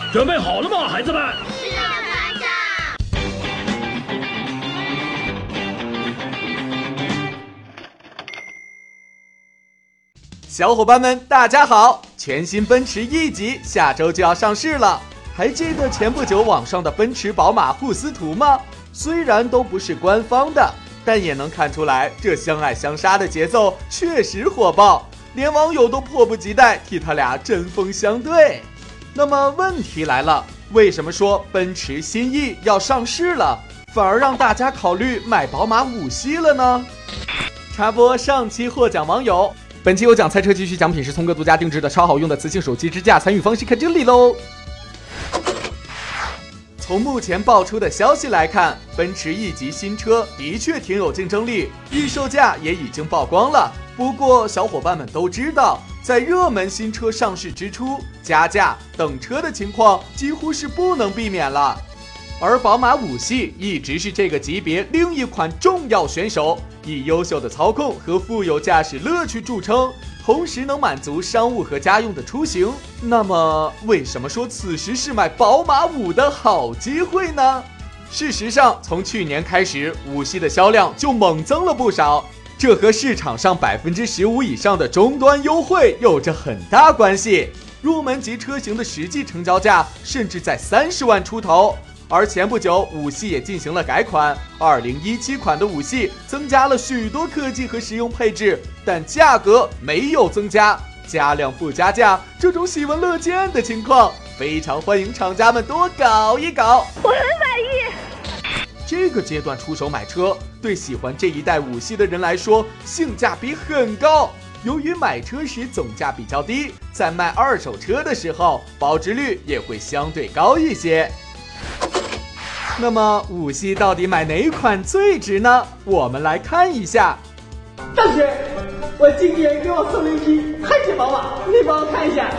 准备好了吗，孩子们？ 是的，团长。 小伙伴们，大家好！全新奔驰 E 级下周就要上市了，还记得前不久网上的奔驰、宝马互撕图吗？虽然都不是官方的，但也能看出来，这相爱相杀的节奏确实火爆，连网友都迫不及待替他俩针锋相对。那么问题来了，为什么说奔驰新 E 要上市了，反而让大家考虑买宝马5系了呢？插播上期获奖网友，本期有奖猜车继续奖品是聪哥独家定制的超好用的磁性手机支架，参与方式看这里喽。从目前爆出的消息来看，奔驰 E 级新车的确挺有竞争力，预售价也已经曝光了。不过小伙伴们都知道，在热门新车上市之初，加价等车的情况几乎是不能避免了。而宝马5系一直是这个级别另一款重要选手，以优秀的操控和富有驾驶乐趣著称，同时能满足商务和家用的出行。那么为什么说此时是买宝马5的好机会呢？事实上，从去年开始，5系的销量就猛增了不少，这和市场上15%以上的终端优惠有着很大关系。入门级车型的实际成交价甚至在30万出头。而前不久5系也进行了改款，2017款的5系增加了许多科技和实用配置，但价格没有增加，加量不加价，这种喜闻乐见的情况，非常欢迎厂家们多搞一搞。 我很满意。 这个阶段出手买车，对喜欢这一代5系的人来说，性价比很高。由于买车时总价比较低，在卖二手车的时候，保值率也会相对高一些。那么5系到底买哪款最值呢？我们来看一下。 大姐，我今年给我送了一匹汉爵宝马，你帮我看一下。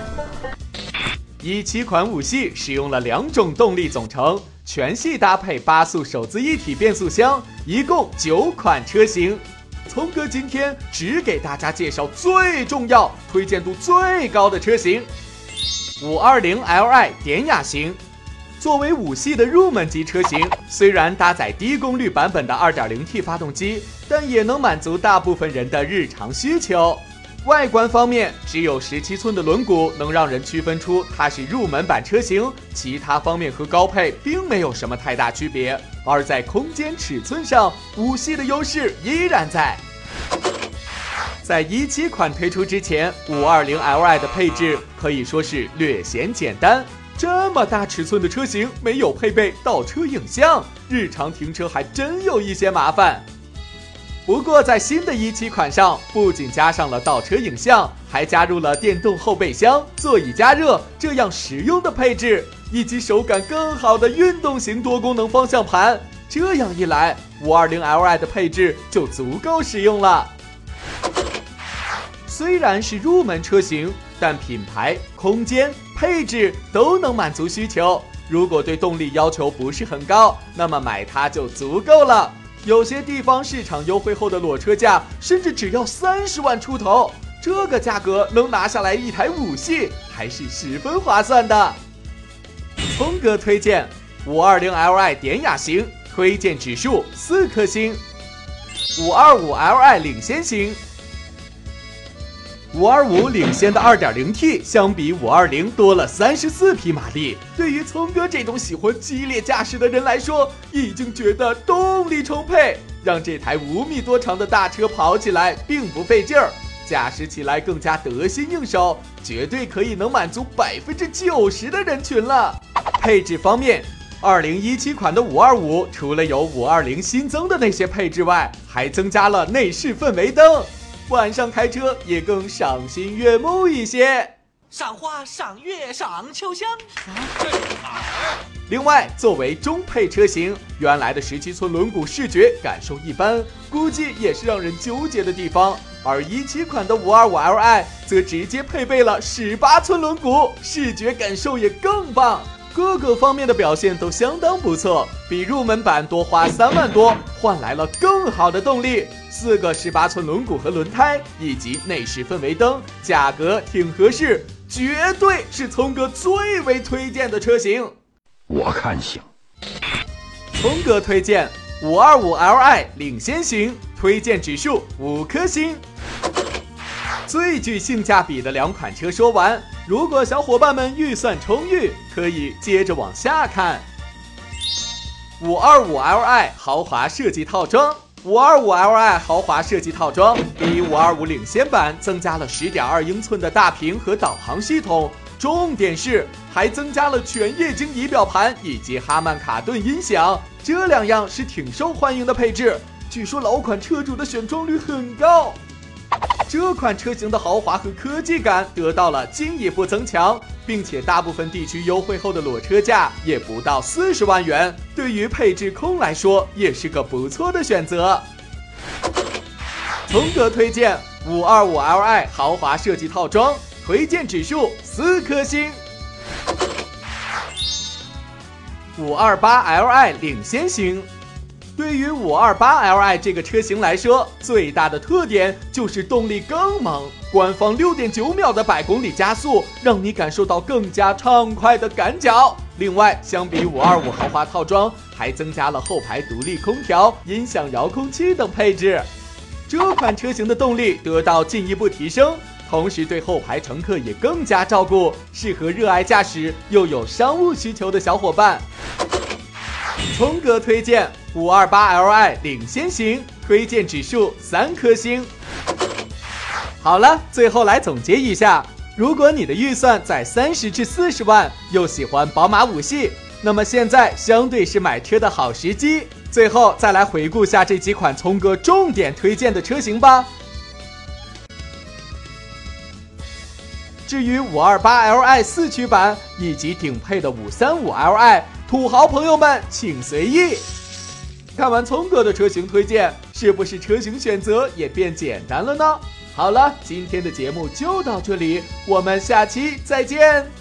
17款5系使用了2种动力总成，全系搭配8速手自一体变速箱，一共9款车型。聪哥今天只给大家介绍最重要、推荐度最高的车型520Li 典雅型。作为5系的入门级车型，虽然搭载低功率版本的 2.0T 发动机，但也能满足大部分人的日常需求。外观方面，只有17寸的轮毂能让人区分出它是入门版车型，其他方面和高配并没有什么太大区别。而在空间尺寸上，5系的优势依然在。在17款推出之前，520Li 的配置可以说是略显简单。这么大尺寸的车型没有配备倒车影像，日常停车还真有一些麻烦。不过在新的17款上，不仅加上了倒车影像，还加入了电动后备箱、座椅加热这样实用的配置，以及手感更好的运动型多功能方向盘。这样一来，520Li 的配置就足够实用了。虽然是入门车型，但品牌、空间、配置都能满足需求。如果对动力要求不是很高，那么买它就足够了。有些地方市场优惠后的裸车价甚至只要30万出头，这个价格能拿下来一台5系，还是十分划算的。聪哥推荐520Li 典雅型，推荐指数4颗星。525Li 领先型。525领先的 2.0T 相比520多了34匹马力，对于聪哥这种喜欢激烈驾驶的人来说，已经觉得动力充沛，让这台5米多长的大车跑起来并不费劲儿，驾驶起来更加得心应手，绝对可以能满足90%的人群了。配置方面，2017款的525除了有520新增的那些配置外，还增加了内饰氛围灯，晚上开车也更赏心悦目一些。 赏花、赏月、赏秋香。 这是哪儿？ 另外，作为中配车型，原来的17寸轮毂视觉感受一般，估计也是让人纠结的地方。而17款的525Li 则直接配备了18寸轮毂，视觉感受也更棒。各个方面的表现都相当不错，比入门版多花3万多，换来了更好的动力。4个18寸轮毂和轮胎，以及内饰氛围灯，价格挺合适。 绝对是聪哥最为推荐的车型。 我看行。 聪哥推荐 525Li 领先型，推荐指数5颗星。最具性价比的两款车说完，如果小伙伴们预算充裕，可以接着往下看。525Li 豪华设计套装。525Li 豪华设计套装比525领先版增加了 10.2 英寸的大屏和导航系统，重点是还增加了全液晶仪表盘以及哈曼卡顿音响，这两样是挺受欢迎的配置。据说老款车主的选装率很高。这款车型的豪华和科技感得到了进一步增强，并且大部分地区优惠后的裸车价也不到40万元，对于配置控来说也是个不错的选择。聪哥推荐 525Li 豪华设计套装，推荐指数4颗星。528Li 领先型。对于 528Li 这个车型来说，最大的特点就是动力更猛，官方 6.9 秒的100公里加速，让你感受到更加畅快的感脚。另外，相比525豪华套装，还增加了后排独立空调、音响遥控器等配置。这款车型的动力得到进一步提升，同时对后排乘客也更加照顾，适合热爱驾驶又有商务需求的小伙伴。聪哥推荐 528Li 领先型，推荐指数3颗星。好了，最后来总结一下，如果你的预算在30至40万，又喜欢宝马5系，那么现在相对是买车的好时机。最后再来回顾下这几款聪哥重点推荐的车型吧。至于 528Li 4驱版以及顶配的 535Li， 土豪朋友们请随意。看完聪哥的车型推荐，是不是车型选择也变简单了呢？好了，今天的节目就到这里，我们下期再见。